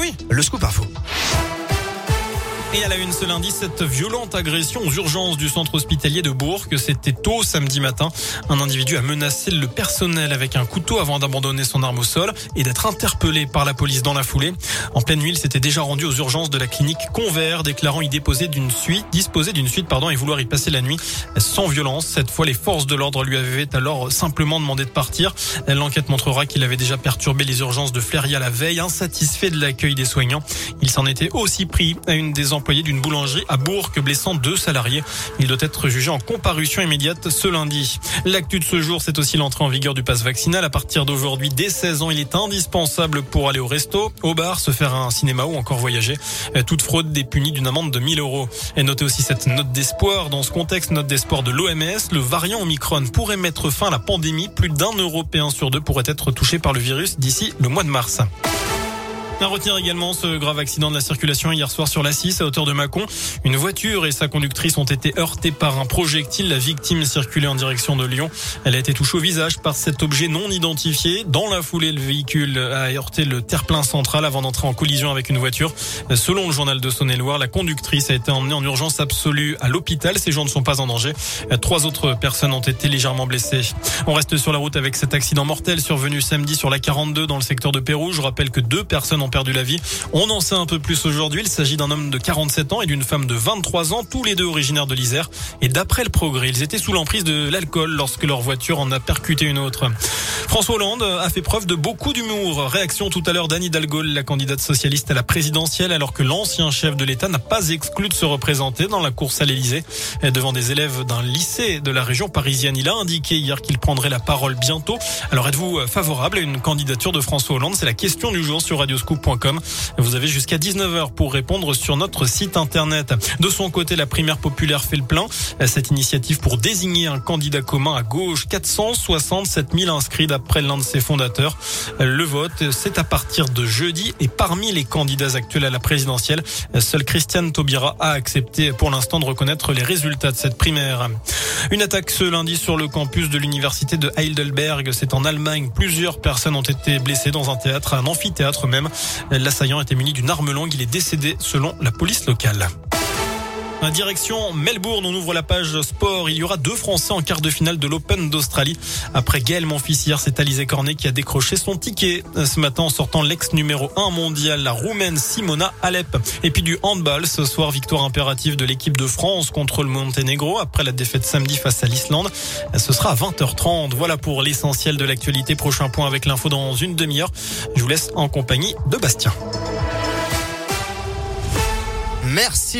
Oui, le scoop info. Et à la une ce lundi, cette violente agression aux urgences du centre hospitalier de Bourg. C'était tôt samedi matin. Un individu a menacé le personnel avec un couteau avant d'abandonner son arme au sol et d'être interpellé par la police dans la foulée. En pleine nuit, il s'était déjà rendu aux urgences de la clinique Convert, déclarant y disposer d'une suite et vouloir y passer la nuit sans violence. Cette fois, les forces de l'ordre lui avaient alors simplement demandé de partir. L'enquête montrera qu'il avait déjà perturbé les urgences de Fléria la veille, insatisfait de l'accueil des soignants. Il s'en était aussi pris à une des employé d'une boulangerie à Bourg, blessant 2 salariés. Il doit être jugé en comparution immédiate ce lundi. L'actu de ce jour, c'est aussi l'entrée en vigueur du pass vaccinal. À partir d'aujourd'hui, dès 16 ans, il est indispensable pour aller au resto, au bar, se faire un cinéma ou encore voyager. Toute fraude est punie d'une amende de 1 000 €. Et notez aussi cette note d'espoir. Dans ce contexte, note d'espoir de l'OMS, le variant Omicron pourrait mettre fin à la pandémie. Plus d'1 Européen sur 2 pourrait être touché par le virus d'ici le mois de mars. À retenir également ce grave accident de la circulation hier soir sur l'A6 à hauteur de Mâcon. Une voiture et sa conductrice ont été heurtées par un projectile. La victime circulait en direction de Lyon. Elle a été touchée au visage par cet objet non identifié. Dans la foulée, le véhicule a heurté le terre-plein central avant d'entrer en collision avec une voiture. Selon le journal de Saône-et-Loire, la conductrice a été emmenée en urgence absolue à l'hôpital. Ces gens ne sont pas en danger. 3 autres personnes ont été légèrement blessées. On reste sur la route avec cet accident mortel survenu samedi sur la 42 dans le secteur de Pérouge. Je rappelle que 2 personnes ont perdu la vie. On en sait un peu plus aujourd'hui. Il s'agit d'un homme de 47 ans et d'une femme de 23 ans, tous les deux originaires de l'Isère. Et d'après le Progrès, ils étaient sous l'emprise de l'alcool lorsque leur voiture en a percuté une autre. François Hollande a fait preuve de beaucoup d'humour. Réaction tout à l'heure d'Anne Hidalgo, la candidate socialiste à la présidentielle, alors que l'ancien chef de l'État n'a pas exclu de se représenter dans la course à l'Élysée. Devant des élèves d'un lycée de la région parisienne, il a indiqué hier qu'il prendrait la parole bientôt. Alors êtes-vous favorable à une candidature de François Hollande? C'est la question du jour sur radioscoop.com. Vous avez jusqu'à 19h pour répondre sur notre site internet. De son côté, la primaire populaire fait le plein. Cette initiative pour désigner un candidat commun à gauche, 467 000 inscrits d'après l'un de ses fondateurs. Le vote, c'est à partir de jeudi et parmi les candidats actuels à la présidentielle, seul Christiane Taubira a accepté pour l'instant de reconnaître les résultats de cette primaire. Une attaque ce lundi sur le campus de l'université de Heidelberg. C'est en Allemagne. Plusieurs personnes ont été blessées dans un théâtre, un amphithéâtre même. L'assaillant était muni d'une arme longue. Il est décédé selon la police locale. Direction Melbourne, on ouvre la page sport. Il y aura 2 Français en quart de finale de l'Open d'Australie. Après Gaël Monfils hier, c'est Alizé Cornet qui a décroché son ticket ce matin en sortant l'ex numéro 1 mondial, la Roumaine Simona Halep. Et puis du handball, ce soir, victoire impérative de l'équipe de France contre le Monténégro après la défaite samedi face à l'Islande. Ce sera à 20h30. Voilà pour l'essentiel de l'actualité. Prochain point avec l'info dans une demi-heure. Je vous laisse en compagnie de Bastien. Merci.